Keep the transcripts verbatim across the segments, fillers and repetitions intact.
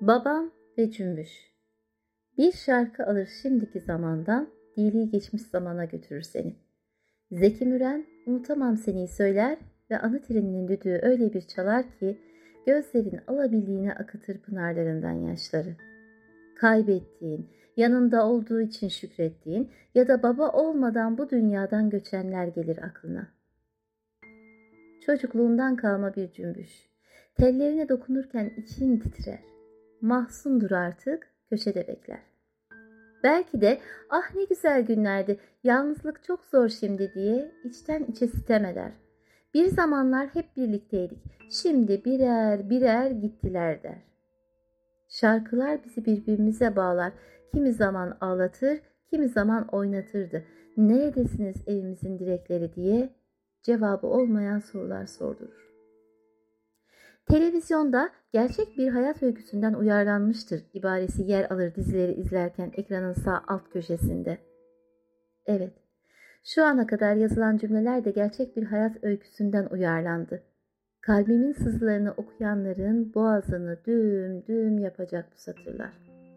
Babam ve Cümbüş. Bir şarkı alır şimdiki zamandan, dili geçmiş zamana götürür seni. Zeki Müren unutamam seni söyler ve anı treninin düdüğü öyle bir çalar ki gözlerin alabildiğine akıtır pınarlarından yaşları. Kaybettiğin, yanında olduğu için şükrettiğin ya da baba olmadan bu dünyadan göçenler gelir aklına. Çocukluğundan kalma bir cümbüş. Tellerine dokunurken için titrer. Mahzundur artık, köşede bekler. Belki de ah ne güzel günlerdi, yalnızlık çok zor şimdi diye içten içe sitem eder. Bir zamanlar hep birlikteydik, şimdi birer birer gittiler der. Şarkılar bizi birbirimize bağlar, kimi zaman ağlatır, kimi zaman oynatırdı. Neredesiniz evimizin direkleri diye cevabı olmayan sorular sordurur. Televizyonda gerçek bir hayat öyküsünden uyarlanmıştır ibaresi yer alır dizileri izlerken ekranın sağ alt köşesinde. Evet, şu ana kadar yazılan cümleler de gerçek bir hayat öyküsünden uyarlandı. Kalbimin sızılarını okuyanların boğazını düm düm yapacak bu satırlar.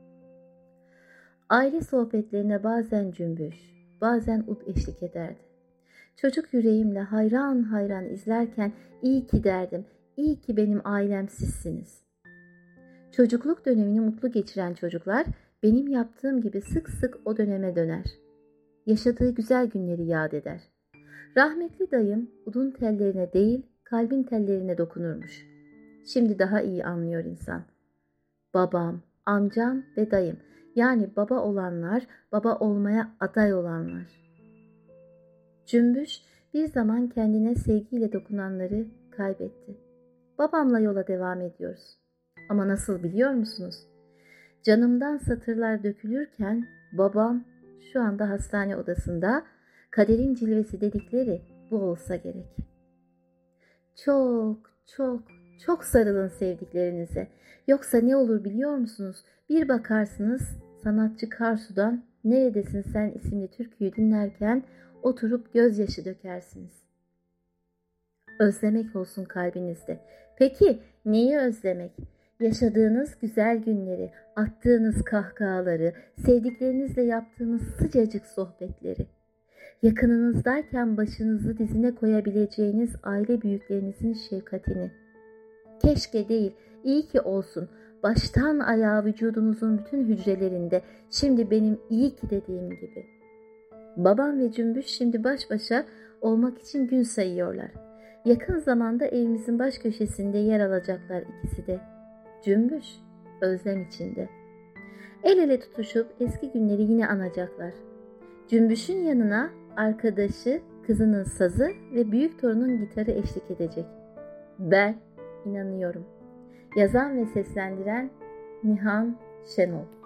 Aile sohbetlerine bazen cümbüş, bazen ud eşlik ederdi. Çocuk yüreğimle hayran hayran izlerken iyi ki derdim, iyi ki benim ailem sizsiniz. Çocukluk dönemini mutlu geçiren çocuklar benim yaptığım gibi sık sık o döneme döner. Yaşadığı güzel günleri yad eder. Rahmetli dayım udun tellerine değil kalbin tellerine dokunurmuş. Şimdi daha iyi anlıyor insan. Babam, amcam ve dayım, yani baba olanlar, baba olmaya aday olanlar. Cümbüş bir zaman kendine sevgiyle dokunanları kaybetti. Babamla yola devam ediyoruz. Ama nasıl biliyor musunuz? Canımdan satırlar dökülürken babam şu anda hastane odasında, kaderin cilvesi dedikleri bu olsa gerek. Çok çok çok sarılın sevdiklerinize. Yoksa ne olur biliyor musunuz? Bir bakarsınız sanatçı Karsu'dan Neredesin Sen isimli türküyü dinlerken oturup gözyaşı dökersiniz. Özlemek olsun kalbinizde. Peki neyi özlemek? Yaşadığınız güzel günleri, attığınız kahkahaları, sevdiklerinizle yaptığınız sıcacık sohbetleri. Yakınınızdayken başınızı dizine koyabileceğiniz aile büyüklerinizin şefkatini. Keşke değil, iyi ki olsun. Baştan ayağa vücudunuzun bütün hücrelerinde, şimdi benim iyi ki dediğim gibi. Babam ve Cümbüş şimdi baş başa olmak için gün sayıyorlar. Yakın zamanda evimizin baş köşesinde yer alacaklar ikisi de. Cümbüş, özlem içinde. El ele tutuşup eski günleri yine anacaklar. Cümbüş'ün yanına arkadaşı, kızının sazı ve büyük torunun gitarı eşlik edecek. Ben inanıyorum. Yazan ve seslendiren Nihan Şenol.